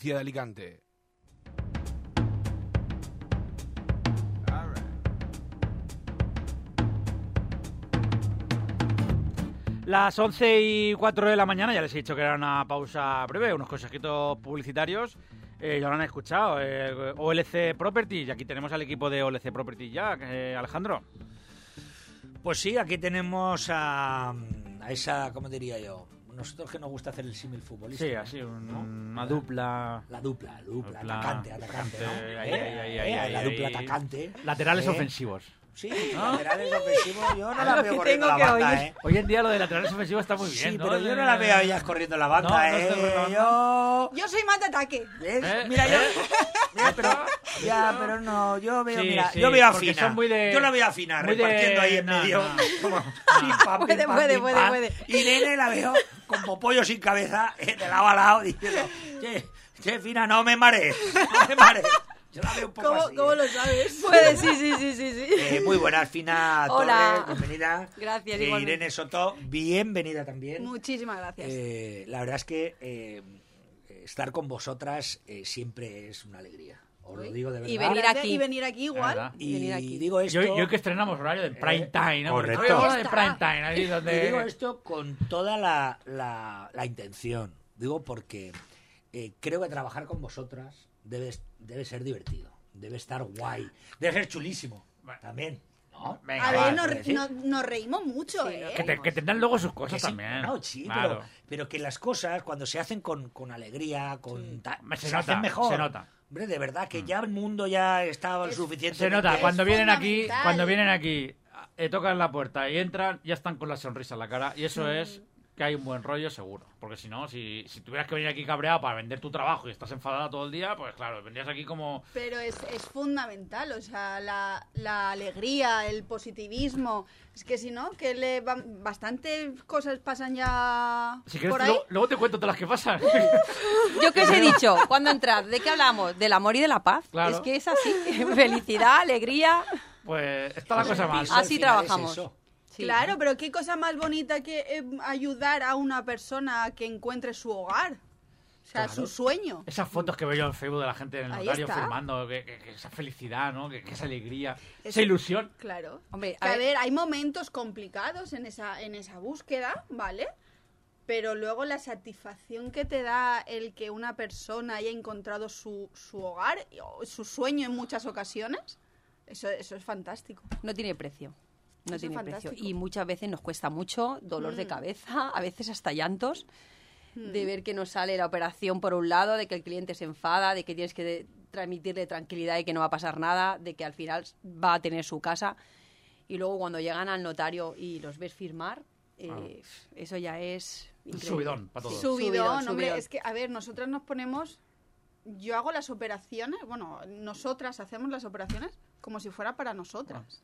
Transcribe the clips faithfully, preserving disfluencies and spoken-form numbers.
provincia de Alicante. Las once y cuatro de la mañana, ya les he dicho que era una pausa breve, unos consejitos publicitarios. Eh, ya lo han escuchado, eh, O L C Properties, y aquí tenemos al equipo de O L C Properties ya, eh, Alejandro. Pues sí, aquí tenemos a, a esa, ¿cómo diría yo? Nosotros que nos gusta hacer el símil futbolístico. Sí, así, un, ¿no? una dupla... La dupla, la dupla, dupla atacante, atacante, ¿no? ahí, ¿Eh? ahí, ahí, ¿Eh? ahí, La ahí, dupla ahí. atacante. Laterales ¿Eh? ofensivos. Sí, laterales ofensivos, yo no la Lo veo que corriendo tengo la que banda, oír. ¿eh? Hoy en día lo de laterales ofensivos está muy bien, Sí, ¿no? pero yo no la veo a ellas corriendo en la banda, No, no ¿eh? estoy corriendo. Yo... Yo soy más de ataque. ¿Ves? ¿Eh? Mira, yo... ¿Eh? Mira, pero... Ya, pero no, yo veo, Sí, mira, sí, yo veo a porque Fina. son muy de- Yo la veo a Fina, muy de- repartiendo ahí en no, medio. no. Como... Pim, pam, pim, Puede, pam, puede, pim, puede, pam. puede. Y Nene la veo como pollo sin cabeza, eh, de lado a lado, diciendo, che, che, Fina, no me marees, no me marees. Yo la veo un poco ¿Cómo, así. ¿Cómo eh. lo sabes? Puede, sí, sí, sí, sí, sí. Eh, muy buenas, Fina Hola. Torres, bienvenida. Gracias, Eh, igualmente. Irene Soto, bienvenida también. Muchísimas gracias. Eh, la verdad es que eh, estar con vosotras eh, siempre es una alegría. Os lo digo de verdad. Y venir Gracias, aquí. y venir aquí igual. verdad. Y venir aquí. digo Y esto, hoy, y hoy que estrenamos horario de prime Eh, time, ¿no? Porque correcto. hoy hora de Está. prime time, ahí y donde... digo esto con toda la, la, la intención. Digo porque eh, creo que trabajar con vosotras debe, debe ser divertido. Debe estar guay. Debe ser chulísimo. También. ¿No? Venga, A va, ver, quiero nos, decir. nos, nos reímos mucho, Sí, ¿eh? Que, te- que tendrán luego sus Que cosas sí, también. no, sí, Claro. pero, pero que las cosas, cuando se hacen con, con alegría, con ta- Se se, nota, hacen mejor. se nota. Hombre, de verdad, que ya el mundo ya está Es- suficiente. Se nota, Es cuando vienen aquí, fundamental. cuando vienen aquí, eh, tocan la puerta y entran, ya están con la sonrisa en la cara. Y eso es que hay un buen rollo seguro. Porque si no, si, si tuvieras que venir aquí cabreado para vender tu trabajo y estás enfadada todo el día, pues claro, vendrías aquí como... Pero es, es fundamental, o sea, la, la alegría, el positivismo. Es que si no, que le van, bastantes cosas pasan ya Si quieres, por ahí. luego, luego te cuento todas las que pasan. Yo que os he dicho, cuando entrar, ¿de qué hablamos? Del amor y de la paz. Claro. Es que es así. Felicidad, alegría. Pues está la cosa mal. Eso al Así final es trabajamos. eso. Sí. Claro, pero qué cosa más bonita que eh, ayudar a una persona a que encuentre su hogar. O sea, Claro. su sueño. Esas fotos que veo yo en Facebook de la gente en el Ahí notario está. firmando, que, que- que esa felicidad, ¿no? Que, que esa alegría, Ese- esa ilusión. Claro. Hombre, Que, a a ver- ver, hay momentos complicados en esa, en esa búsqueda, ¿vale? Pero luego la satisfacción que te da el que una persona haya encontrado su, su hogar, o su sueño en muchas ocasiones, eso, eso es fantástico. No tiene precio. No Eso tiene es precio. fantástico. Y muchas veces nos cuesta mucho, dolor de Mm. cabeza, a veces hasta llantos, Mm. de ver que no sale la operación por un lado, de que el cliente se enfada, de que tienes que de- transmitirle tranquilidad y que no va a pasar nada, de que al final va a tener su casa. Y luego cuando llegan al notario y los ves firmar, eh, eso ya es Un increíble. subidón para todos. Subidón, Subidón, hombre, subidón. es que, a ver, nosotras nos ponemos, yo hago las operaciones, bueno, nosotras hacemos las operaciones como si fuera para nosotras.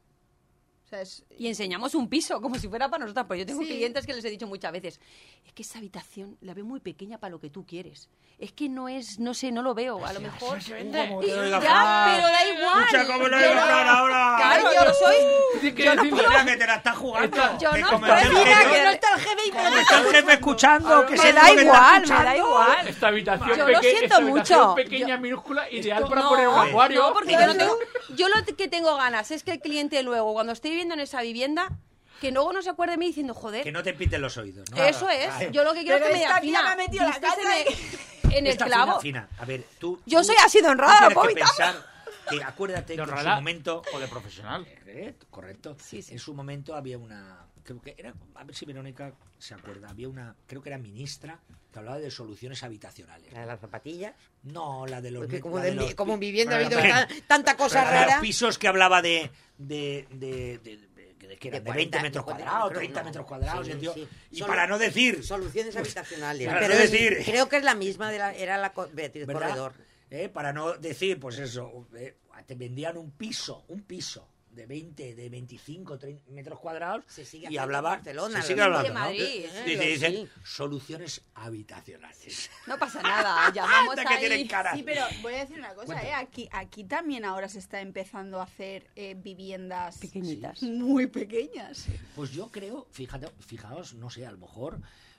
O sea, es... Y enseñamos un piso como si fuera para nosotras. Porque yo tengo Sí. clientes que les he dicho muchas veces, es que esa habitación la veo muy pequeña para lo que tú quieres. Es que no es, no sé, no lo veo. A lo mejor... Eso se vende. ¿Cómo Y- te oiga, ya, Fran? pero da igual. Escucha cómo lo Yo oiga no- Fran ahora. Claro, yo soy... Tienes que yo no decirle- Mira que te la estás jugando. Yo Que no como estoy- está el mira, jefe- que no está el jefe y como me está el jefe escuchando, que Me sé da lo que está igual, me escuchando. da igual. Esta habitación, Yo lo peque- siento esta habitación mucho. pequeña, Yo- minúscula, ideal Esto- para No, poner un acuario. no, porque yo no tengo... Yo lo que tengo ganas es que el cliente luego, cuando esté viviendo en esa vivienda, que luego no se acuerde de mí diciendo, joder, Que no te piten los oídos, ¿no? eso es. Vale. Yo lo que quiero Pero es que me esta diga, tía me ha Fina, metido la diste cara en- en el Esta clavo. Fina, Fina, a ver, tú... Yo tú- soy así de tú honrada, tienes que vomitando. pensar que acuérdate De que en su honrada momento... o de profesional. Eh, Correcto. Sí, sí. En su momento había una... Creo que era... A ver si Verónica se acuerda. Había una... Creo que era ministra que hablaba de soluciones habitacionales. La de las zapatillas. No, la de los... Porque como, la de, de los como en pi- vivienda ha Bueno, habido la- tan- tanta cosa la de los rara. pisos que hablaba de... de, de, de, de- de- que eran De de veinte cuarenta, metros de cuarenta, cuadrados, creo, treinta no. metros cuadrados, Sí, entiendo. sí. Y Solo- para no decir... Soluciones habitacionales. para Pero no es- decir- creo que es la misma, de la, era la co- Beatriz ¿verdad? Corredor. Eh, para no decir, pues eso, eh, te vendían un piso, un piso de veinte, de veinticinco, treinta metros cuadrados Se sigue y haciendo hablaba... en Barcelona, se sigue lo hablando, de ¿no? Madrid, ¿eh? Dice- Lo- dicen sí. soluciones habitacionales. No pasa nada, llamamos Anda que tienen ahí. cara. Sí, pero voy a decir una cosa, Cuenta. ¿eh? Aquí, aquí también ahora se está empezando a hacer eh, viviendas Pequeñitas. muy pequeñas. Pues yo creo, fíjate, fijaos, no sé, a lo mejor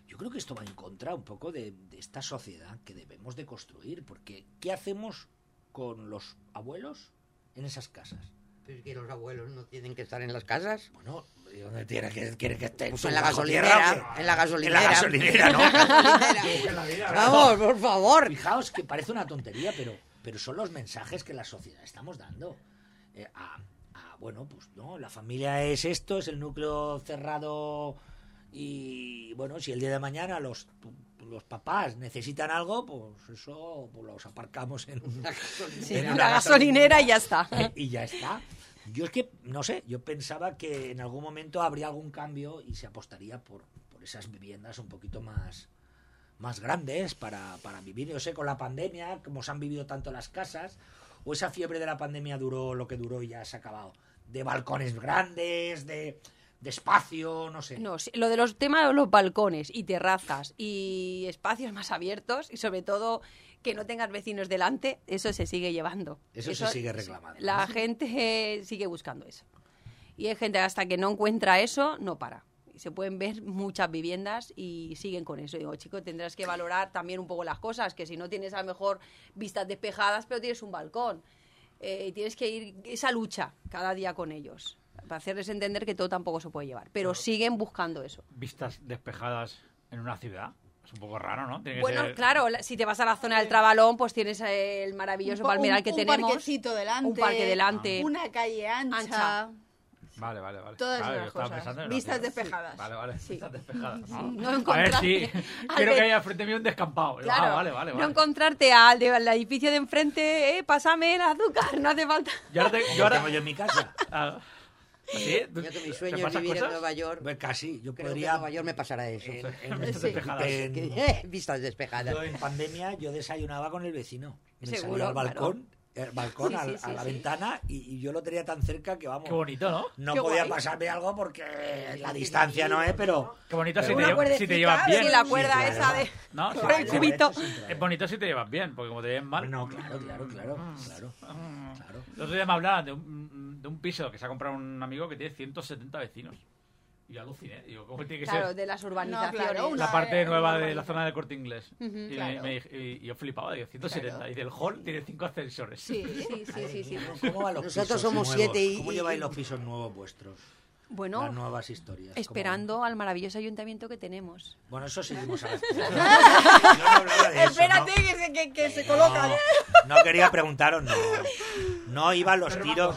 yo creo que esto va en contra un poco de, de esta sociedad que debemos de construir, porque ¿qué hacemos con los abuelos en esas casas? Pero es que los abuelos no tienen que estar en las casas. Bueno, ¿y dónde tiene que, quiere que esté? Pues ¿En en la bajo gasolinera, tierra o qué? en la gasolinera. En la gasolinera, ¿no? Gasolinera. Vamos, por favor. Fijaos que parece una tontería, pero, pero son los mensajes que la sociedad estamos dando. Eh, a, a, bueno, pues no, la familia es esto, es el núcleo cerrado y, bueno, si el día de mañana los, los papás necesitan algo, pues eso pues los aparcamos en una gasolinera. Sí, en la gasolinera y ya está. Y ya está. Yo es que, no sé, yo pensaba que en algún momento habría algún cambio y se apostaría por, por esas viviendas un poquito más, más grandes para, para vivir. Yo sé, con la pandemia, como se han vivido tanto las casas, o esa fiebre de la pandemia duró lo que duró y ya se ha acabado. De balcones grandes, de, de espacio, no sé. No, sí, lo de los temas de los balcones y terrazas y espacios más abiertos y sobre todo que no tengas vecinos delante, eso se sigue llevando. Eso se sigue reclamando, La ¿no? gente eh, sigue buscando eso. Y hay gente hasta que no encuentra eso, no para. Y se pueden ver muchas viviendas y siguen con eso. Digo, chico, tendrás que valorar también un poco las cosas, que si no tienes a lo mejor vistas despejadas, pero tienes un balcón. Eh, tienes que ir esa lucha cada día con ellos, para hacerles entender que todo tampoco se puede llevar. Pero siguen buscando eso. Vistas despejadas en una ciudad. Es un poco raro, ¿no? Tiene que Bueno, ser- claro, la- si te vas a la zona del Trabalón, pues tienes eh, el maravilloso Un po- palmeral un- que un tenemos. parquecito delante, Un parque delante. Una calle ancha. Ancha. Vale, vale, vale. Todas Vale, esas yo estaba cosas. pensando en una Vistas ciudad. despejadas. Vale, vale. Sí. Vistas despejadas. Sí, ¿no? no A ver, encontrarte sí. al Quiero ve- que haya frente mío un descampado. Digo, Claro, ah, vale, vale, vale. no encontrarte al, de- al edificio de enfrente, eh, pásame el azúcar, no hace falta. Yo ahora, te- yo Yo ahora- tengo yo en mi casa. Ah, ¿sí? Yo que mi ¿Te sueño es pasan vivir en cosas? Nueva York. Pues casi, yo Creo que podría... en Nueva York me pasará eso. en- en- Vistas Sí. despejadas. en- Que- eh, vistas despejadas. Yo en pandemia yo desayunaba con el vecino. Me Seguro, salía al balcón, el balcón Sí, al- sí, sí, a la sí. ventana y, y yo lo tenía tan cerca que vamos. Qué bonito, ¿no? No Qué podía guay. pasarme algo porque la distancia no es, pero Qué bonito si Pero te, una lleva- si te cuerdecita, llevas bien. Sí, la cuerda claro. esa de... ¿No? Por el Sí, cubito. Es bonito si te llevas bien, porque como te lleven mal... no, claro, claro, claro, claro, claro. El otro día me hablaban de un, de un piso que se ha comprado un amigo que tiene ciento setenta vecinos. Y yo aluciné. Digo, ¿cómo tiene que Claro, ser de las No, urbanizaciones. claro, una- la parte eh, nueva una de la zona del Corte Inglés? y, me- claro. me dije- y- y yo flipaba, digo, ciento setenta. Claro. Y del hall tiene cinco ascensores. Sí. Sí, sí, sí, sí. ¿Cómo van los Nosotros pisos somos nuevos? siete y- ¿Cómo y- lleváis los pisos nuevos vuestros? Bueno, Las nuevas historias. ¿cómo? esperando al maravilloso ayuntamiento que tenemos. Bueno, eso seguimos a la espera. Yo no hablaba de eso, Espérate ¿no? que se, que, que se colocan. No, no quería preguntaros, no. No iban los tiros.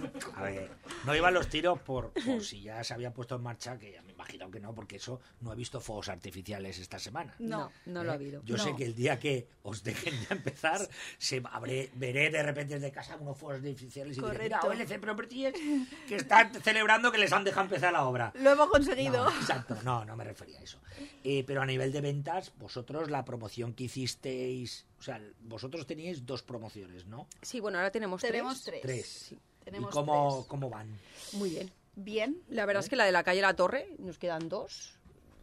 A ver, no iban los tiros por, por si ya se había puesto en marcha, que ya me imagino que no, porque eso no he visto fuegos artificiales esta semana. No. No, no lo ha habido. Yo No. sé que el día que os dejen ya empezar, se habré, veré de repente desde casa unos fuegos artificiales y diré, mira, Correcto. O L C Properties que están celebrando que les han dejado empezar la obra. Lo hemos conseguido. No, exacto, no, no me refería a eso. Eh, pero a nivel de ventas, vosotros la promoción que hicisteis, o sea, vosotros teníais dos promociones, ¿no? Sí, bueno, ahora tenemos, Tenemos tres. tres. Tres. Tenemos ¿Y cómo, tres. cómo van? Muy bien. Bien. La verdad es que la de la calle La Torre, nos quedan dos.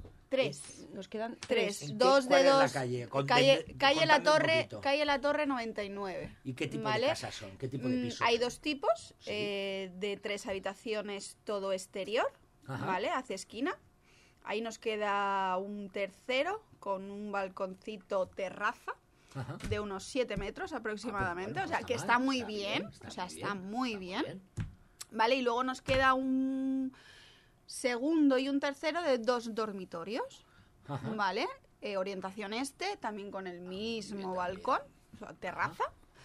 Tres. Nos quedan Tres. ¿En qué- Dos cuál de es la dos. calle? Con- calle, de- calle La contadme un Torre, poquito. calle La Torre noventa y nueve. ¿Y qué tipo ¿Vale? de casas son? ¿Qué tipo de Mm, pisos? Hay dos tipos, Sí. eh, de tres habitaciones, todo exterior, Ajá. ¿vale? Hacia esquina. Ahí nos queda un tercero con un balconcito terraza Ajá. de unos siete metros aproximadamente. Ah, pues bueno, o sea, no que está está mal, muy está bien. bien, está o sea, muy está bien, muy está bien. bien. ¿Vale? Y luego nos queda un segundo y un tercero de dos dormitorios. Ajá. ¿Vale? Eh, orientación este, también con el mismo balcón, o sea, terraza.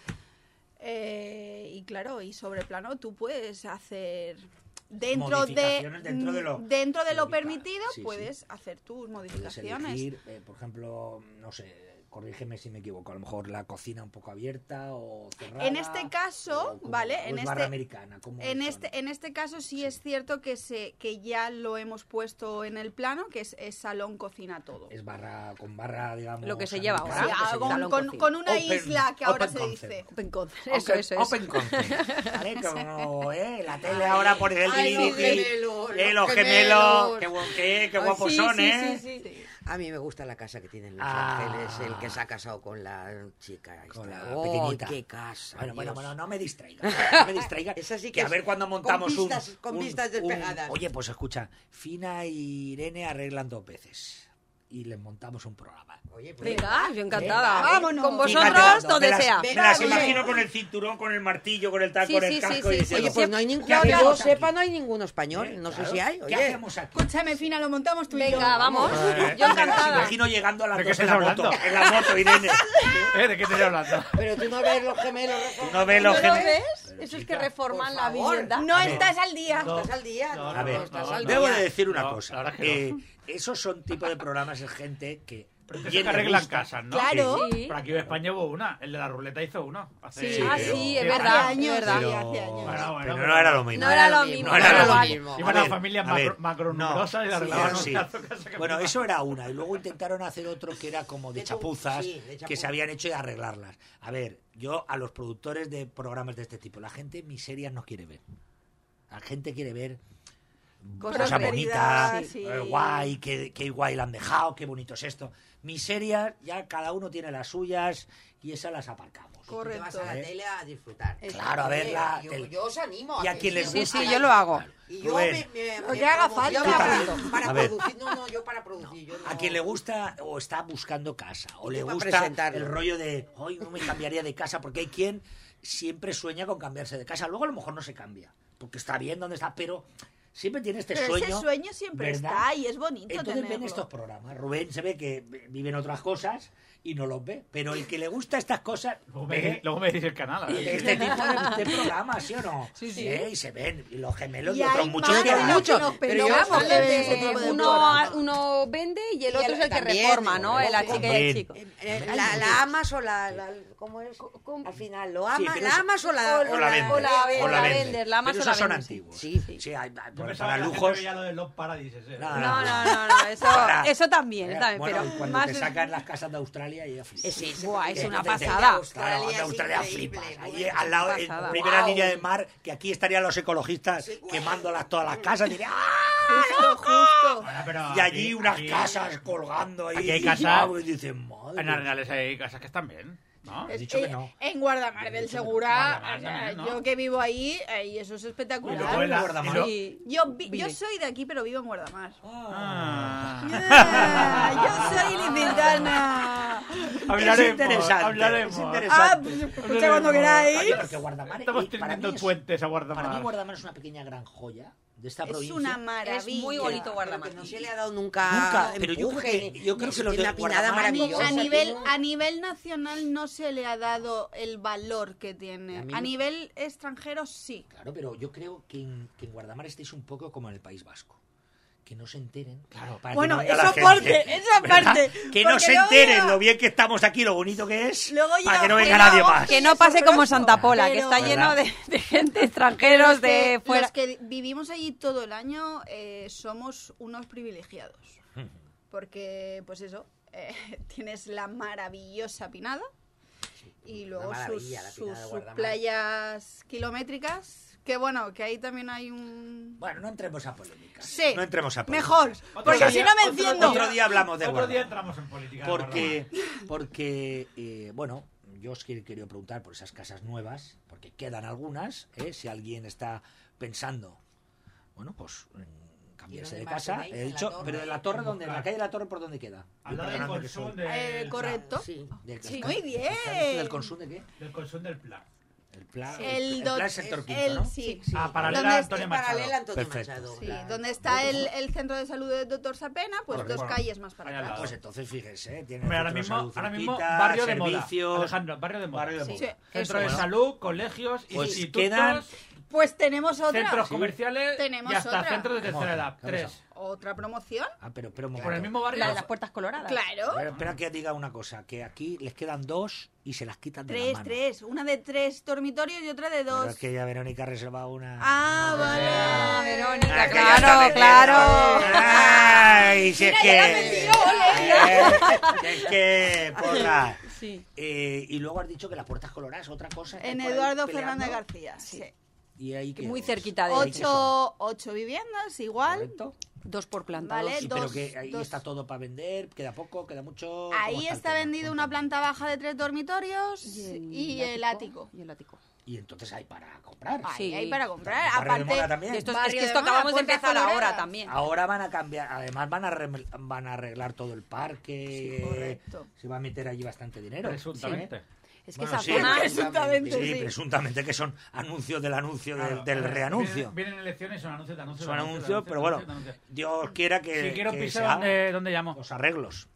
Eh, y claro, y sobre plano tú puedes hacer dentro de Modificaciones dentro de lo- dentro de de lo lo que cabe. permitido, Sí, sí. puedes hacer tus Puedes modificaciones. elegir, eh, por ejemplo, no sé, corrígeme si me equivoco, a lo mejor la cocina un poco abierta o cerrada. En este caso, o como- ¿vale? o En es barra este- americana, ¿cómo En son? este, en este caso sí, es cierto que se que ya lo hemos puesto en el plano, que es, es salón, cocina, todo. Es barra, con barra, digamos... Lo que se lleva americana, ahora. Sí, que se ah, lleva. con, salón, con- cocina. con una Open- isla que ahora open se concept. dice. Open concept. Open- Eso, eso, eso. Open concept, ¿vale? Como, eh, la tele ahora por el Ay, los dibuji, gemelos, eh, los los gemelos, gemelos. qué, bu- qué, qué Ay, guapos sí, son, sí, ¿eh? sí, sí. A mí me gusta la casa que tiene en Los Ah. Ángeles, el que se ha casado con la chica. Con esta. la ¡Oh, pequeñita. qué casa! Bueno, bueno, Dios! bueno, no me distraiga. No me distraiga. Esa sí que que a es ver cuando con montamos pistas- un, con un- pistas un- despegadas. Oye, pues escucha, Fina y Irene arreglan dos veces. y les montamos un programa. Oye, pues, Venga, yo encantada. Venga, vámonos. Con Fíjate, vosotros, no, donde me las- sea. Me las Venga, imagino hombre. con el cinturón, con el martillo, con el tal, Sí, con el sí, sí, casco sí, y sí, diciendo, Oye, pues no hay ningún, ¿qué que hacemos yo aquí? sepa, no hay ninguno español. ¿Eh? No sé Claro. si hay. ¿Qué Oye, hacemos aquí? Escúchame, Fina, lo montamos tú y yo. Venga, vamos. Eh, Yo Me las encantada. imagino llegando a las ¿De qué dos en estás la moto. hablando? En la moto, Irene. ¿Eh? ¿De qué te estoy hablando? pero tú no ves los gemelos. Tú no ves los ¿No lo gemelos. ves? Eso es que reforman por la favor. vivienda. No A ver. estás al día. No. Estás al día. No, No, A ver, no estás no, al no. debo día. de decir una No, cosa. la verdad es que Eh, no. esos son tipos de programas de gente que Pero que bien se les arreglan gusta. casas, ¿no? Claro. Sí. Por aquí en España hubo una. El de la ruleta hizo uno. Hace- Sí. Ah, pero- sí, es pero- verdad. Hace años, es verdad. sí, Pero- hace años. Bueno, bueno, Pero pero- no era lo mismo. No era lo mismo. No era lo igual. mismo. Iban A a ver, familias a ver, macro, macronumerosas no, y le arreglaban sí, un sí. pedazo de casa que Bueno, flipaba. eso era una. Y luego intentaron hacer otro que era como de De tu- chapuzas, sí, de que chapuzas. se habían hecho y arreglarlas. A ver, yo a los productores de programas de este tipo, la gente miserias no quiere ver. La gente quiere ver Cosas cosas prosperidad, bonitas, sí. eh, guay, qué, qué guay la han dejado, qué bonito es esto. Miserias, ya cada uno tiene las suyas y esas las aparcamos. Tú te Correcto. vas a la ¿Eh? tele a disfrutar. Claro, a ver la Yo, tele. yo os animo. Y a que quien les Sí, gusta. sí, yo lo hago. Y yo Rubén. me, me, Lo me que haga promociono falta. para, para A ver. producir. No, no, yo para producir. Yo no- A quien le gusta o está buscando casa o Y le tú para gusta presentarlo. el rollo de hoy no me cambiaría de casa, porque hay quien siempre sueña con cambiarse de casa. Luego a lo mejor no se cambia, porque está bien donde está, pero siempre tiene este Pero sueño. ese sueño siempre ¿verdad? está y es bonito Entonces tenerlo. ven estos programas. Rubén se ve que viven otras cosas y no los ve, pero el que le gusta estas cosas Luego me, ve luego me decís el canal. a ver. este tipo de, de programas, ¿sí o no? Sí, sí. ¿Eh? Y se ven y los gemelos y, Y otros hay muchos más que de hay. lo mucho, que nos pero yo- pensamos Vamos, de de- ese tipo de uno, programa. uno vende y el Y otro el- es el que también, reforma, ¿no? luego La chica y también. el chico. Eh, eh, la, la amas o la, la- ¿cómo es? Al final, ¿lo Sí, amas, pero la eso- amas o la, o la vendes. o la- o la vendes. vendes, la amas Pero o la esos son vendes, antiguos. sí. Sí, sí, hay, Yo por- pensaba para que la gente lujos. veía lo de los paradises. ¿eh? No, No, no, no, no, eso, Para- eso también, eso también, Bueno, pero cuando más... te sacan las casas de Australia y ya flipas. Eh, sí, sí, Buah, porque es una entonces pasada. de Australia, Claro, de es Australia increíble, flipas. muy Allí bien. al lado, en pasada. primera Wow. línea de mar, que aquí estarían los ecologistas Sí, guau. quemándolas todas las casas. Diría, ¡ah! Justo, justo. Bueno, pero Y aquí- allí unas aquí- casas colgando ahí. aquí hay casas- Y dicen, madre. En Arenales hay casas que están bien, ¿no? He dicho que Eh, no. En Guardamar del Segura, Guardamar o sea, también, ¿no? yo que vivo ahí, ahí eso es Y luego espectacular. en la- Guardamar. y luego- Sí. Yo, vi- yo Vive. soy de aquí, pero vivo en Guardamar. Ah. Yeah, yo soy licitana. Hablaremos, es interesante. hablaremos. Es Ah, interesante. pues escucha cuando queráis. Oye, porque Guardamar, Estamos eh, para, mí teniendo es, puentes a para mí Guardamar. Guardamar es una pequeña gran joya de esta Es provincia. una maravilla. Es muy bonito Pero Guardamar. que no se le ha dado nunca, Nunca, pero yo empuje, creo que- yo creo ni- que los tiene de una pinada Guardamar- A, ni- maravillosa. a nivel, tiene- a nivel nacional no se le ha dado el valor que tiene. A mí A me- nivel extranjero sí. Claro, pero yo creo que en, que en Guardamar estéis un poco como en el País Vasco. Que no se enteren. Claro, para Bueno, que no venga eso la gente, parte, esa ¿verdad? parte, Que no porque se luego enteren ya- lo bien que estamos aquí, lo bonito que es. Luego para ya- que no que venga no- nadie más. Que no pase como en Santa Pola, que Pero- está lleno de, de gente extranjeros Los que- de fuera. Los que vivimos allí todo el año eh, somos unos privilegiados. Porque, pues eso, eh, tienes la maravillosa Pinada y luego sus, maravilla la sus- Pinada de sus Guardamar. playas kilométricas. Que bueno, que ahí también hay un... Bueno, no entremos a polémicas. Sí, No entremos a polémicas. mejor, Otro porque día- si no me otro enciendo. Otro día hablamos de Otro Guardamar. día entramos en política. de Porque, porque eh, bueno, yo os quería, quería preguntar por esas casas nuevas, porque quedan algunas, ¿eh? Si alguien está pensando, bueno, pues en cambiarse ¿Y de dónde más casa, tenéis? he ¿En la dicho, Torre? pero de la torre, ¿dónde? ¿En la calle de la torre por dónde queda? Al lado Yo del perdonadme que Consum soy- del Eh, Plan. correcto. Sí. del- Sí, está- muy está- bien. ¿Del Consum de qué? Del Consum del Plan. El plan, El el do- plan sector quinto, el- ¿no? sí. Ah, paralela ¿Dónde a está- Antonio Machado. Paralela a Antonio Perfecto. Machado. Sí, claro. donde está el, el centro de salud del doctor Sapena, pues Correcto. dos calles más para Ahí al atrás. lado. Pues entonces fíjese, tiene Hombre, ahora centro de mismo, salud ahora mismo cerquita, barrio de moda. servicios. Alejandro, barrio de moda. Barrio de Sí. moda. Sí, Centro eso de es. salud, colegios, Pues institutos, quedan- Pues tenemos otra. centros Sí. comerciales Tenemos y hasta otra. centros de ¿Cómo tercera otra? edad. ¿Qué ha Tres. pasado? ¿Otra promoción? Ah, pero, pero un Por el momento. mismo barrio. La de las puertas coloradas. Claro. Espera, espera que diga una cosa, que aquí les quedan dos y se las quitan de la Tres, mano. tres. Una de tres dormitorios y otra de Pero dos. es que ya Verónica ha reservado una... Ah, vale. Ah, Verónica, Ah, que ya está claro, vendiendo. claro. Ay, si es Mira, ya la que... vendió, ole. Eh, es que... Porra. Sí. Eh, y luego has dicho que las puertas coloradas, otra cosa... En ¿estáis por ahí Eduardo peleando? Fernández García. Sí. Y ahí que Muy os- cerquita de ahí él. que son, Ocho, ocho viviendas, igual. ¿correcto? Dos por planta. Vale, dos. Sí, pero dos, que ahí dos. está todo para vender, queda poco, queda mucho... ¿cómo Ahí el está tema? vendido una Cuéntame. planta baja de tres dormitorios el y el ático. Y el ático. Y entonces hay para comprar. Ahí Sí. hay para comprar. Barrio de Aparte, moda también. Y esto es, Barrio es que de esto moda, acabamos de Puerta empezar Colorada. ahora también. Ahora van a cambiar, además van a, re- van a arreglar todo el parque. Sí, correcto. Se va a meter allí bastante dinero. Presuntamente. Es que Bueno, esa sí, zona... Presuntamente, Sí, sí. presuntamente que son anuncios del anuncio del, Claro, del a ver, reanuncio. Vienen, vienen elecciones, son anuncios de anuncios. Son de anuncios, de pero bueno, de anuncios. Dios quiera que, Si quiero que piso, se hagan ¿dónde, ¿dónde llamo? los arreglos.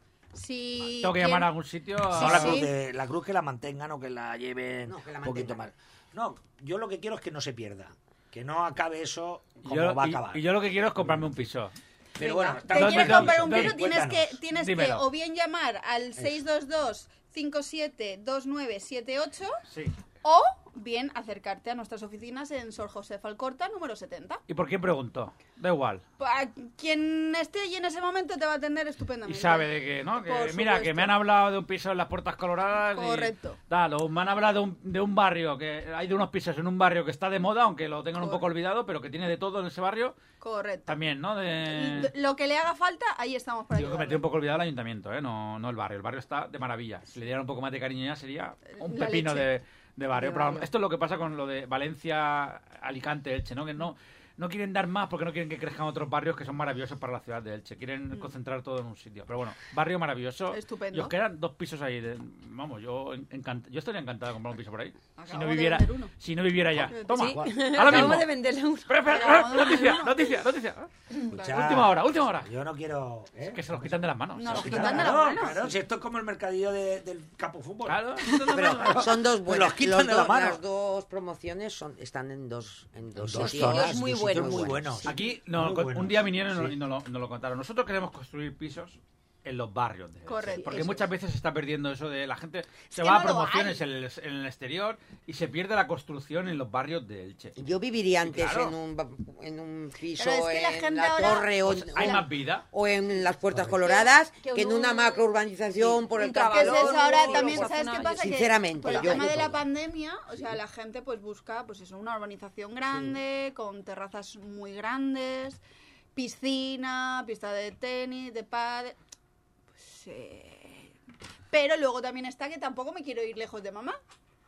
Si Tengo que quien- llamar a algún sitio. No, a- la, cruz de- la cruz que la mantengan o que la lleven No, que la un poquito más. mantengan. No, yo lo que quiero es que no se pierda. Que no acabe eso y como yo, va a y- acabar. y yo lo que quiero es comprarme un piso. Pero Venga, bueno, te estamos- quieres ¿dónde- comprar un dónde- piso, tienes que, cuéntanos. tienes que Dímelo. o bien llamar al seis dos dos cinco siete dos nueve siete ocho Sí. o bien acercarte a nuestras oficinas en Sor José Alcorta, número setenta. ¿Y por quién pregunto? Da igual. A quien esté allí en ese momento te va a atender Y estupendamente. sabe de que, ¿no? Que, Por mira, que supuesto. me han hablado de un piso en las Puertas Coloradas. y Correcto. Tal, o me han hablado de un, de un barrio, que hay de unos pisos en un barrio que está de moda, aunque lo tengan un poco Correcto. olvidado, pero que tiene de todo en ese barrio. Correcto. También, ¿no? De... Lo que le haga falta, ahí estamos para Digo que me ayudarle. tiene un poco olvidado el ayuntamiento, ¿eh? No, no el barrio. El barrio está de maravilla. Si le dieran un poco más de cariño ya sería un La pepino leche. de, de barrio. De Pero barrio. esto es lo que pasa con lo de Valencia, Alicante, Elche, ¿no? Que no, no quieren dar más porque no quieren que crezcan otros barrios que son maravillosos para la ciudad de Elche. Quieren concentrar todo en un sitio. Pero bueno, barrio maravilloso. Estupendo. Y os quedan dos pisos ahí. de- vamos, yo encant- yo estaría encantado de comprar un piso por ahí. Si Acabamos no de viviera, vender uno. si no viviera ya. Sí. Toma, Sí. ahora mismo. Acabamos de venderle uno. Espera, espera, Acabamos de noticia, vender uno. noticia, noticia. Escucha, Última hora, última hora. Yo no quiero. ¿eh? Que se los quitan de las manos. No, Se los los quitan quitan de las Claro, manos. claro, si esto es como el mercadillo de- del campo fútbol. Claro. Pero son dos buenas. Los quitan Los de la dos- mano. Las dos promociones son, están en dos, en dos, Dos sitios. zonas, muy dos buenos. sitios muy buenos. Aquí no, Muy con- buenos. un día vinieron y nos- Sí. y nos lo, nos lo contaron. Nosotros queremos construir pisos en los barrios. De Elche. Correcto. Porque Eso muchas veces se está perdiendo eso de la gente se que va a no lo promociones hay. en el, en el exterior y se pierde la construcción en los barrios de Elche. Yo viviría antes claro. en, un, ba- en un piso Pero es que la en gente la ahora- torre o, Pues hay o- más vida. o en las Puertas Coloradas Que- que que en un- una macro urbanización por el un Que es Cabalón. eso ahora Sí, también, por ¿sabes zona- qué pasa? Que Sinceramente, por el yo- tema de la pandemia, o sea, la gente pues busca pues eso, una urbanización grande, con terrazas muy grandes, piscina, pista de tenis, de pádel, pues, eh, pero luego también está que tampoco me quiero ir lejos de mamá.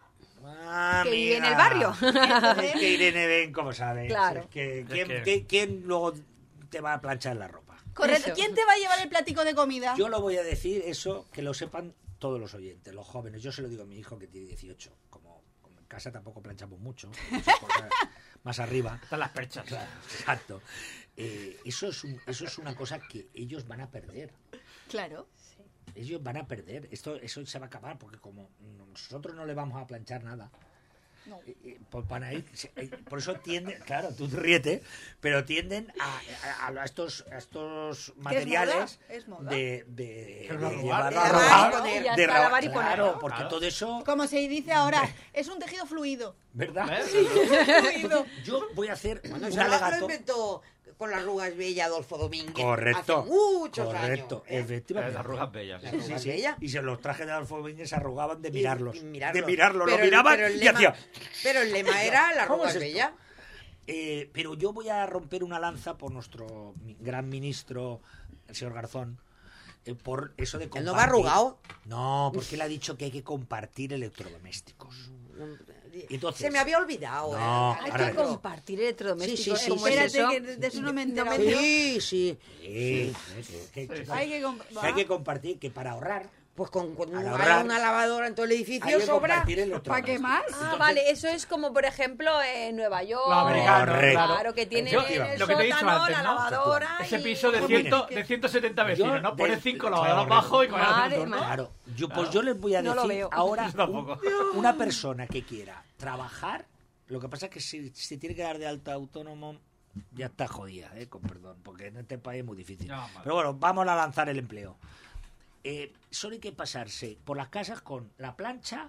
Ah, Que vive en amiga. el barrio. Es que Irene ven como sabes. Claro. Es que, Es ¿quién, que- qué- quién luego te va a planchar la ropa? Correcto. Eso. ¿Quién te va a llevar el platico de comida? Yo lo voy a decir eso, que lo sepan todos los oyentes, los jóvenes. Yo se lo digo a mi hijo que tiene dieciocho. Como, como en casa tampoco planchamos mucho, muchas cosas más arriba. Están las perchas. Claro, exacto. Eh, eso, es un- eso es una cosa que ellos van a perder. Claro. Ellos van a perder. Esto, eso se va a acabar porque como nosotros no le vamos a planchar nada. No. eh, eh, pues van a ir, se- eh, por eso tienden, claro, tú ríete, pero tienden a, a- a estos, a estos materiales Es moda. de, de, Que de robar, llevar de a lavar y robar, poner. Y ya de está, robar, lavar y poner, claro, ¿no? porque Claro. todo eso, Como se dice ahora, es un tejido fluido. ¿verdad? Fluido. Yo voy a hacer Bueno, un eso lo- lo alegato. inventó con las arrugas bellas Adolfo Domínguez. Correcto, Hace muchos correcto, años. ¿eh? efectivamente. Las arrugas bellas. Las Sí, arrugas sí. bellas. Y se los trajes de Adolfo Domínguez se arrugaban de Y- mirarlos. y De mirarlos. mirarlos, Pero lo el- miraban pero el y lema- hacía. Pero el lema era la ¿Cómo arruga es esto? bella. Eh, pero yo voy a romper una lanza por nuestro mi- gran ministro, el señor Garzón, eh, por eso de compartir. ¿Él no va arrugado? No, porque él ha dicho que hay que compartir electrodomésticos. Entonces- Se me había olvidado. No, eh. Hay ahora que bien. compartir electrodomésticos. Sí, sí, sí, ¿Cómo sí. es Espérate, eso? que de eso no me he enterado. me- Sí, sí. Sí, que- que- Hay que, comp- que hay que compartir, que para ahorrar Pues con, con Al un- ahorrar, hay una lavadora en todo el hay edificio que sobra. compartir ¿Para electrodomésticos. qué más? Ah, Entonces- vale, eso es como por ejemplo en Nueva York. Los americanos, Correcto. claro. Claro, que tienen Yo- en el lo que te he dicho sótano antes, la ¿no? lavadora. Ese y- piso de, Pues cien, mire, de ciento setenta vecinos, yo ¿no? Pones de- cinco claro, lavadoras abajo y con Madre, el turno. madre. Claro, yo, pues yo les voy a No lo decir veo. ahora Yo tampoco. un- una persona que quiera trabajar, lo que pasa es que si, si tiene que dar de alta autónomo, ya está jodida, eh, con perdón, porque en este país es muy difícil. No, vale. Pero bueno, vamos a lanzar el empleo. Eh, solo hay que pasarse por las casas con la plancha,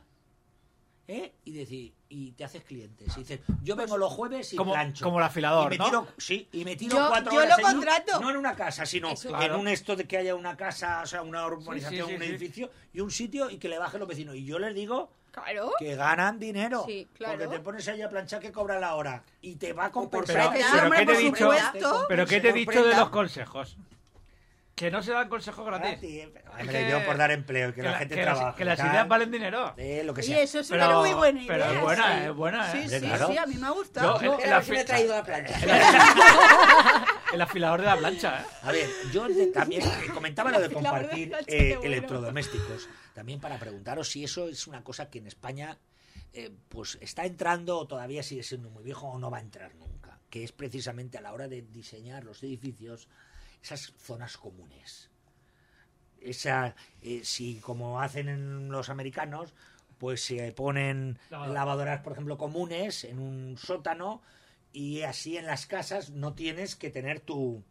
¿eh? Y decir, y te haces clientes. Y dices, yo vengo los jueves y Como- plancho. como el afilador, y me ¿no? tiro, sí, y me tiro Yo- cuatro yo horas lo allí, contrato. no en una casa, sino Eso- en Claro. un esto de que haya una casa, o sea, una urbanización, sí, un sí. edificio y un sitio y que le bajen los vecinos. Y yo les digo Claro. que ganan dinero. Sí, claro. Porque te pones ahí a planchar que cobran la hora. Y te va a por compensar. Pero, Ya, pero hombre, ¿qué te he por dicho? supuesto. Pero ¿qué te he Por dicho de prenda. los consejos? Que no se dan consejos gratis. Gratis. Hombre, que- yo por dar empleo y que, Que, la la- gente que las, trabaje. que las tal, ideas valen dinero. eh, lo que Y sea. eso es Pero- una muy buena idea. pero es buena, sí. es buena, ¿eh? Sí, Hombre, sí, claro. sí, a mí me ha gustado. Yo- Espera, a ver si me he traído la plancha. El afilador de la plancha, ¿eh? A ver, yo de- también comentaba lo de La verdad, compartir Nacho, eh, qué bueno. electrodomésticos. También para preguntaros si eso es una cosa que en España eh, pues está entrando o todavía sigue siendo muy viejo o no va a entrar nunca. Que es precisamente a la hora de diseñar los edificios esas zonas comunes. Esa, eh, si como hacen en los americanos, pues se ponen Lavadora. lavadoras, por ejemplo, comunes en un sótano y así en las casas no tienes que tener tu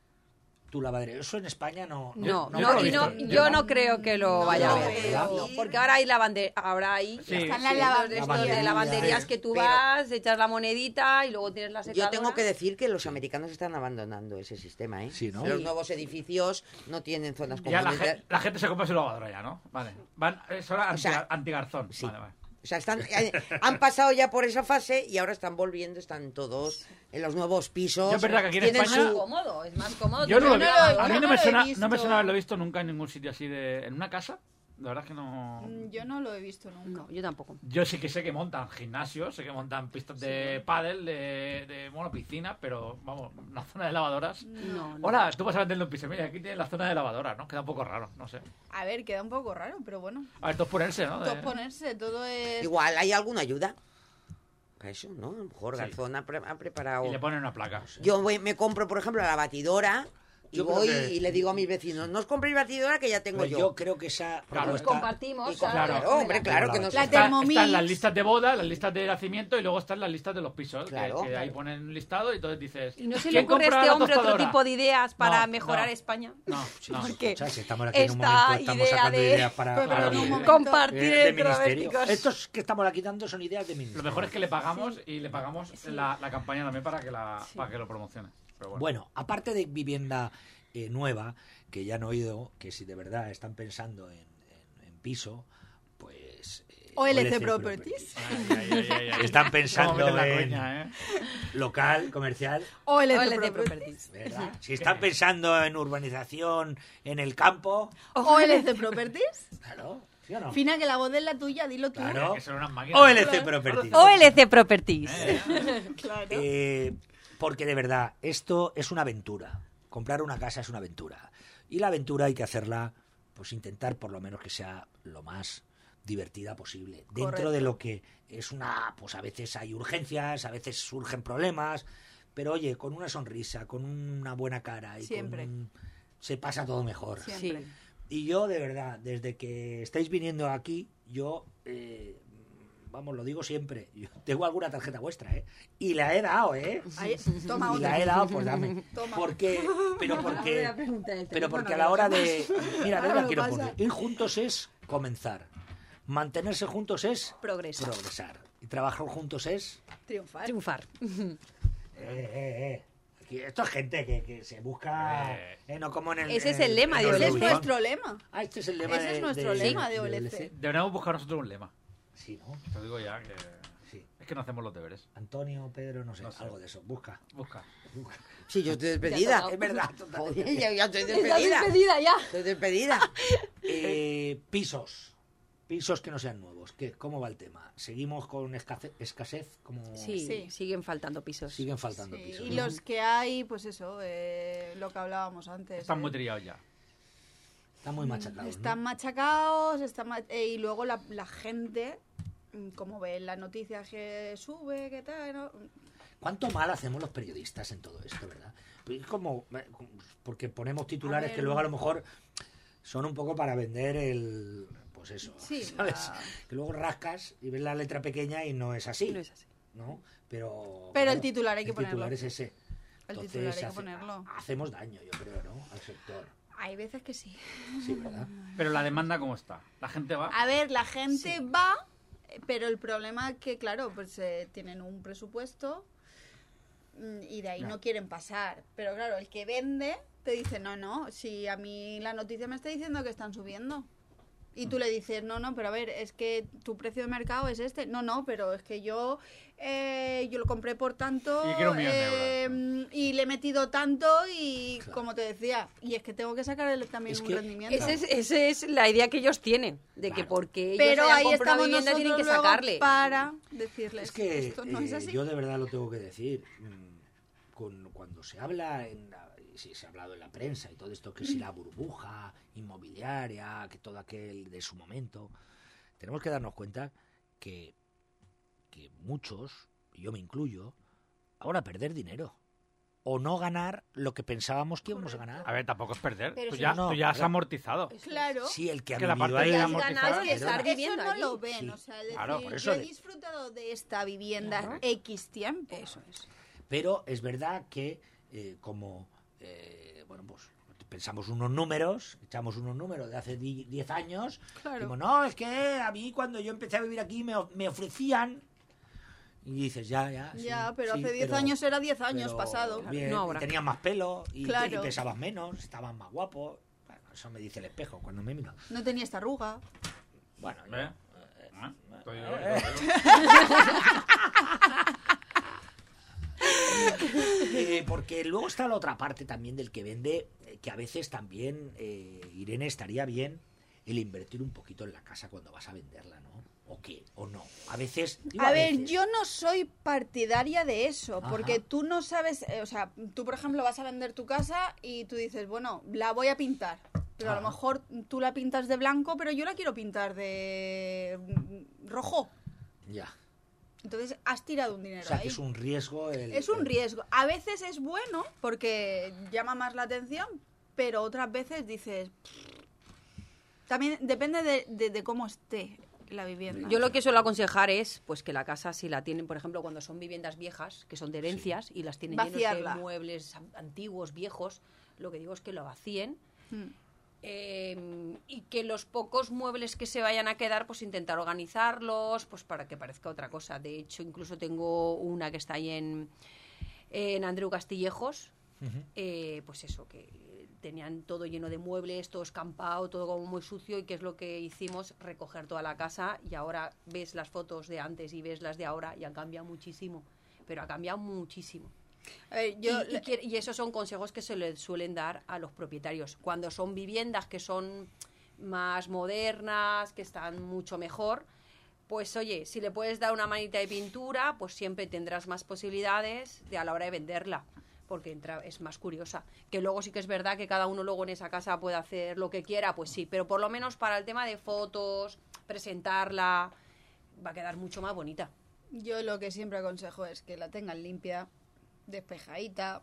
tu lavadero. Eso en España no. No, no no, lo he y no, visto. yo no creo que lo vaya a no, ver. ¿verdad? No, porque ahora hay lavande ahora hay Sí, Están sí. las de lavanderías. estos de lavanderías que tú Pero- vas, echas la monedita y luego tienes la Yo secadora. tengo que decir que los americanos están abandonando ese sistema, ¿eh? Sí, ¿no? Los nuevos edificios no tienen zonas Ya la, comunes. gen- la gente se compra su lavadora ya, ¿no? Vale. Van, es hora anti, O sea, antigarzón. sí. Vale, vale. O sea, están, eh, han pasado ya por esa fase y ahora están volviendo, están todos en los nuevos pisos. Yo es verdad que aquí en Tienen España- Es su- cómodo, es más cómodo. Yo no lo no vi. lo- A yo mí no no lo me he suena, no visto. me suena haberlo visto nunca en ningún sitio así de. En una casa. La verdad es que no. Mm, Yo no lo he visto nunca. No, yo tampoco. Yo sí que sé que montan gimnasios, sé que montan pistas de pádel, de, de bueno, piscina, pero vamos, una zona de lavadoras. No, no. Hola, tú vas a venderle un piso. Mira, aquí tienes la zona de lavadoras, ¿no? Queda un poco raro, no sé. A ver, queda un poco raro, pero bueno. A ver, todos ponerse, ¿no? De- Todo ponerse, todo es... Igual, ¿hay alguna ayuda? Para eso, ¿no? A lo mejor Sí. Garzón ha, pre- ha preparado... Y le ponen una placa. Yo voy- me compro, por ejemplo, la batidora y Yo creo voy que- y le digo a mis vecinos, no os compréis batidora que ya tengo Pues yo. yo creo que esa Claro. propuesta- Compartimos. Y con- ¿sabes? Claro. claro, hombre, claro que no La se- te- Está- Thermomix. están las listas de boda, las listas de nacimiento y luego están las listas de los pisos. que- Claro, que, ahí claro. ponen un listado y entonces dices. ¿Y no se le ¿quién ocurre a compra este la hombre otro tostadora? tipo de ideas para No, mejorar no. España? No, no. Porque Escucha, si estamos aquí en un esta momento, estamos idea sacando de- ideas para, Pero para en un vivir. momento- Compartir Eh, de ministerio. electrodomésticos. Estos que estamos aquí dando son ideas de ministerio. Lo mejor es que le pagamos y le pagamos la, la campaña también para que, la, para que lo promocione. Pero bueno. Bueno, aparte de vivienda eh, nueva, que ya han oído que si de verdad están pensando en, en- en piso, pues... eh, O L C Properties. Ay, ay, ay, ay, ay. Están Cómo pensando meten la en coña, ¿eh? local, comercial, O L O C L C Properties. Properties. ¿verdad? Si están pensando en urbanización en el campo, O L C Properties. claro, ¿sí o no? Fina, que la voz es la tuya, dilo tú. Claro. Que son unas máquinas. O L C Properties. O L C Properties. Claro. Eh, porque de verdad, esto es una aventura. Comprar una casa es una aventura. Y la aventura hay que hacerla, pues intentar por lo menos que sea lo más divertida posible. Dentro Correcto. de lo que es una, pues a veces hay urgencias, a veces surgen problemas, pero oye, con una sonrisa, con una buena cara y Siempre. con un- se pasa todo mejor. Siempre. Sí. Y yo, de verdad, desde que estáis viniendo aquí, yo, eh, vamos, lo digo siempre, yo tengo alguna tarjeta vuestra, ¿eh? Y la he dado, ¿eh? Ahí, toma Y la otra. he dado, pues dame. Toma. Porque, pero porque, Ahora pregunta del pero teléfono, porque a que la lo hora sabes. de, mira, Ahora no la lo quiero pasa. poner. Ir juntos es comenzar. Mantenerse juntos es Progresar. progresar. Y trabajar juntos es, Triunfar. Triunfar. eh, eh, eh. Aquí, esto es gente que, que se busca, Eh. eh, no como en el. Ese es en el lema en de los Ese es Rubicon. nuestro lema. Ah, este es el lema Ese de, es nuestro de- lema de O L C. Deberíamos buscar nosotros un lema. Sí, ¿no? Te lo digo ya que. Sí. Es que no hacemos los deberes. Antonio, Pedro, no sé, No sé. algo de eso. Busca. Busca. Sí, yo estoy Ya despedida. ha Es verdad, totalmente. Joder, ya, ya estoy Estás despedida. despedida ya. Estoy despedida. Eh, pisos. Pisos que no sean nuevos. ¿Qué? ¿Cómo va el tema? ¿Seguimos con escasez? escasez como Sí, Sí. siguen faltando pisos. siguen faltando Sí, pisos? y ¿no? los que hay, pues eso, eh, lo que hablábamos antes. Están eh, muy trillados ya. Están muy machacados. ¿no? Están machacados, están ma- eh, y luego la, la gente, mm, como ve en las noticias que sube, que tal, ¿no? ¿Cuánto mal hacemos los periodistas en todo esto, verdad? Pues es como, porque ponemos titulares A ver. que luego a lo mejor son un poco para vender el... Pues eso, Sí, ¿sabes? la- Que luego rascas y ves la letra pequeña y no es así, No es así. ¿no? Pero... Pero el claro, titular hay que el ponerlo. titular es ese. El Entonces, titular hay que hace- ponerlo. hacemos daño, yo creo, ¿no? Al sector. Hay veces que sí. Sí, ¿verdad? Pero la demanda, ¿cómo está? La gente va. A ver, la gente va, eh, pero el problema es que, claro, pues eh, tienen un presupuesto mm, y de ahí Ya. no quieren pasar. Pero claro, el que vende te dice, no, no, si a mí la noticia me está diciendo que están subiendo. Y tú le dices, no, no, pero a ver, es que tu precio de mercado es este. No, no, pero es que yo eh, yo lo compré por tanto Y quiero un millón de eh, y le he metido tanto y Claro. como te decía, y es que tengo que sacarle también Es un que rendimiento. Esa es, esa es la idea que ellos tienen, de que Claro. porque ellos Pero hayan ahí comprado estamos una vivienda nosotros tienen que luego sacarle. para decirles Es que esto no es eh, así. yo de verdad lo tengo que decir. mm, Con, cuando se habla, en la, y sí, se ha hablado en la prensa y todo esto, que si la burbuja inmobiliaria, que todo aquel de su momento, tenemos que darnos cuenta que, que muchos, y yo me incluyo, ahora perder dinero o no ganar lo que pensábamos que íbamos a ganar. A ver, tampoco es perder. Pero Tú si ya, no, tú ya has claro. amortizado. Claro. Sí, el que ha Que la vivido parte ahí de has amortizar, ganado pero- estar Eso viviendo no allí. lo ven, Sí. o sea, decir, Claro, por eso yo he de- disfrutado de esta vivienda Claro. X tiempo. Eso es. Pero es verdad que eh, como eh, bueno pues pensamos unos números, echamos unos números de hace di- diez años, Claro. digo, no, es que a mí cuando yo empecé a vivir aquí me, of- me ofrecían y dices, ya, ya. sí, Ya, pero sí, hace diez pero- años era diez años pero pasado. bien, No y ahora. tenías más pelo y, Claro. y pesabas menos, estabas más guapo. Bueno, eso me dice el espejo cuando me miro. No tenía esta arruga. Bueno, yo- ¿Ve? Ah, todo yo- Eh. Eh, porque luego está la otra parte también del que vende, eh, que a veces también, eh, Irene, estaría bien el invertir un poquito en la casa cuando vas a venderla, ¿no? ¿O qué? ¿O no? A veces... digo A ver, veces. yo no soy partidaria de eso, Ajá. porque tú no sabes, eh, o sea, tú por ejemplo vas a vender tu casa y tú dices, bueno, la voy a pintar, pero a lo Ajá. mejor tú la pintas de blanco, pero yo la quiero pintar de mm, rojo. Ya. Entonces has tirado un dinero O sea, ahí. que es un riesgo... el- Es un el- riesgo. A veces es bueno porque llama más la atención, pero otras veces dices... También depende de, de- de cómo esté la vivienda. Yo lo que suelo aconsejar es pues que la casa, si la tienen, por ejemplo, cuando son viviendas viejas, que son de herencias, y las tienen llenos Vaciarla. de muebles an- antiguos, viejos, lo que digo es que lo vacíen. Mm. eh, y que los pocos muebles que se vayan a quedar, pues intentar organizarlos, pues para que parezca otra cosa. De hecho, incluso tengo una que está ahí en, en Andreu Castillejos, Ujú. eh, pues eso, que tenían todo lleno de muebles, todo escampado, todo como muy sucio, y que es lo que hicimos, recoger toda la casa, y ahora ves las fotos de antes y ves las de ahora y han cambiado muchísimo, pero ha cambiado muchísimo. A ver, yo... y, y que- y esos son consejos que se les suelen dar a los propietarios. Cuando son viviendas que son más modernas, que están mucho mejor, pues oye, si le puedes dar una manita de pintura, pues siempre tendrás más posibilidades de a la hora de venderla, porque entra, es más curiosa. Que luego sí que es verdad que cada uno luego en esa casa puede hacer lo que quiera, pues sí, pero por lo menos para el tema de fotos, presentarla, va a quedar mucho más bonita. Yo lo que siempre aconsejo es que la tengan limpia, despejadita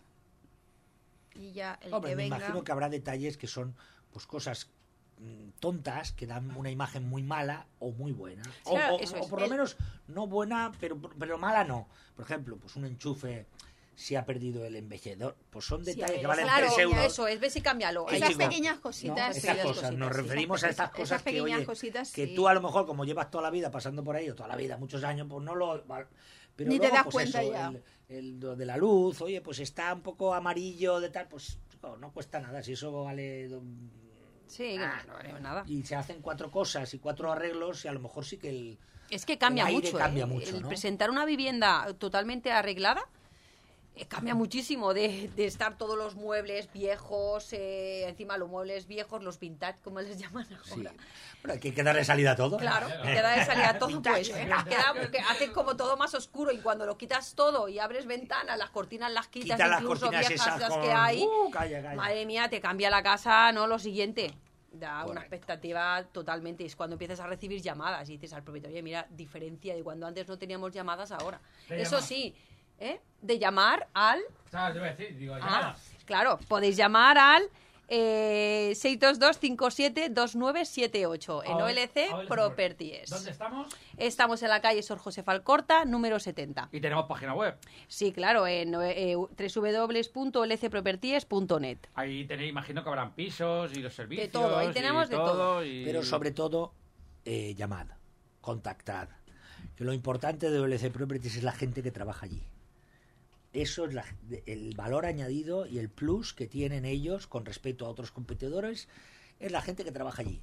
y ya el Hombre, que me venga... imagino que habrá detalles que son pues cosas mm, tontas que dan una imagen muy mala o muy buena. O, Claro, o- eso o es. por lo El- menos no buena, pero, pero mala no. Por ejemplo, pues un enchufe si ha perdido el embellecedor. Pues son Sí, a detalles ver, que valen claro, tres euros. eso es, ves y cámbialo. Eh, Esas chico, pequeñas ¿no? cositas, Esas pequeñas cosas, nos cositas, sí. referimos a estas Esas cosas que, pequeñas oye, cositas, que sí. tú a lo mejor, como llevas toda la vida pasando por ahí, o toda la vida, muchos años, pues no lo... Pero Ni te luego, das pues cuenta eso, ya. El, el- lo de la luz, oye, pues está un poco amarillo de tal, pues chico, no cuesta nada, si eso vale... do- Sí, que Ah, no, no vale nada. y se hacen cuatro cosas y cuatro arreglos y a lo mejor sí que el... Es que cambia el aire mucho, cambia ¿eh? mucho, El ¿no? presentar una vivienda totalmente arreglada eh, cambia muchísimo de, de estar todos los muebles viejos, eh, encima los muebles viejos, los vintage, como les llaman Sí. ahora. Bueno, hay que, que darle salida a todo. Claro, queda de salida todo, pues eh, queda, que hace como todo más oscuro, y cuando lo quitas todo y abres ventanas, las cortinas las quitas, Quita las incluso cortinas viejas esas las con... que hay, Uh, calla, calla. madre mía, te cambia la casa, ¿no? Lo siguiente. Da una Correcto. expectativa totalmente. Es cuando empiezas a recibir llamadas y dices al propietario, oye, mira, diferencia de cuando antes no teníamos llamadas ahora. De Eso llamar. sí, ¿eh? De llamar al... ¿Sabes? Te iba a decir, digo, Ah, llamada. claro, podéis llamar al eh, seis dos dos cinco siete dos nueve siete ocho en A- O L C a O L C Properties. ¿Dónde estamos? Estamos en la calle Sor José Falcorta, número setenta. Y tenemos página web. Sí, claro, en eh, w w w punto o l c properties punto net. Ahí tenéis, imagino que habrán pisos y los servicios. todo, ahí y tenemos de todo. y- Pero sobre todo, eh, llamad, contactad. Que lo importante de O L C Properties es la gente que trabaja allí. Eso es la- el valor añadido y el plus que tienen ellos con respecto a otros competidores, es la gente que trabaja allí.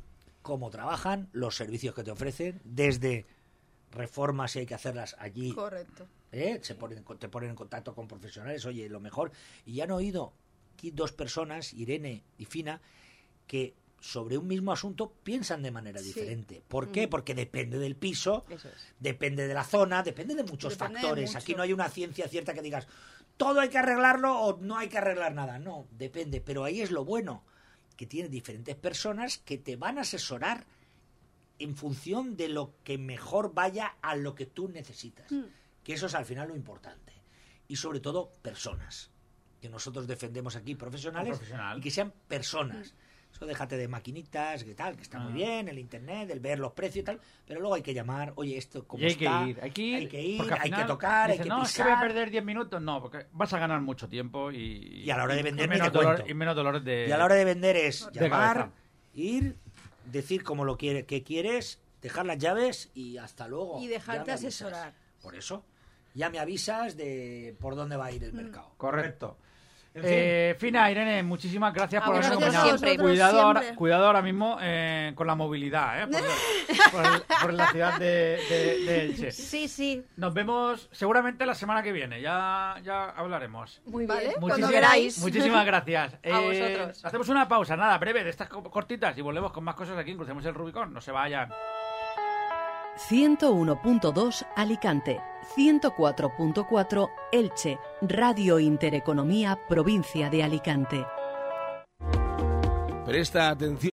cómo trabajan, los servicios que te ofrecen, desde reformas si hay que hacerlas allí. Correcto. ¿eh? Se ponen, te ponen en contacto con profesionales, oye, lo mejor. Y ya han oído aquí dos personas, Irene y Fina, que sobre un mismo asunto piensan de manera Sí. diferente. ¿Por qué? Porque depende del piso, Eso es. depende de la zona, depende de muchos Depende de factores. mucho. Aquí no hay una ciencia cierta que digas, todo hay que arreglarlo o no hay que arreglar nada. No, depende. Pero ahí es lo bueno, que tienes diferentes personas que te van a asesorar en función de lo que mejor vaya a lo que tú necesitas. Mm. Que eso es al final lo importante. Y sobre todo, personas. Que nosotros defendemos aquí, profesionales, Un profesional. y que sean personas. Eso déjate de maquinitas, que tal, que está Ah. muy bien, el internet, el ver los precios y tal, pero luego hay que llamar, oye, esto cómo Y hay que está, ir, hay que ir, hay que, ir, porque al hay final que tocar, dices, hay que no, pisar. es que voy a perder diez minutos. No, porque vas a ganar mucho tiempo y... Y a la hora de vender, ni menos te dolor- cuento. y menos dolores de... Y a la hora de vender es de llamar, cabeza. ir, decir cómo lo quiere, qué quieres, dejar las llaves y hasta luego. Y dejarte Ya me avisas. asesorar. Por eso, ya me avisas de por dónde va a ir el mercado. Correcto. En fin. Eh, Fina, Irene, muchísimas gracias A por habernos vosotros, acompañado. siempre. Cuidado, siempre. ahora, cuidado ahora mismo eh, con la movilidad, ¿eh? Por, por- por la ciudad de, de- de Elche. Sí, sí. Nos vemos seguramente la semana que viene, ya, ya hablaremos. Muy Vale. bien. Cuando Muchísimas- queráis. Muchísimas gracias. A vosotros. Hacemos una pausa, nada, breve, de estas co- cortitas y volvemos con más cosas aquí en Crucemos el Rubicón. No se vayan. ciento uno punto dos Alicante, ciento cuatro punto cuatro Elche, Radio Intereconomía, provincia de Alicante. Presta atención.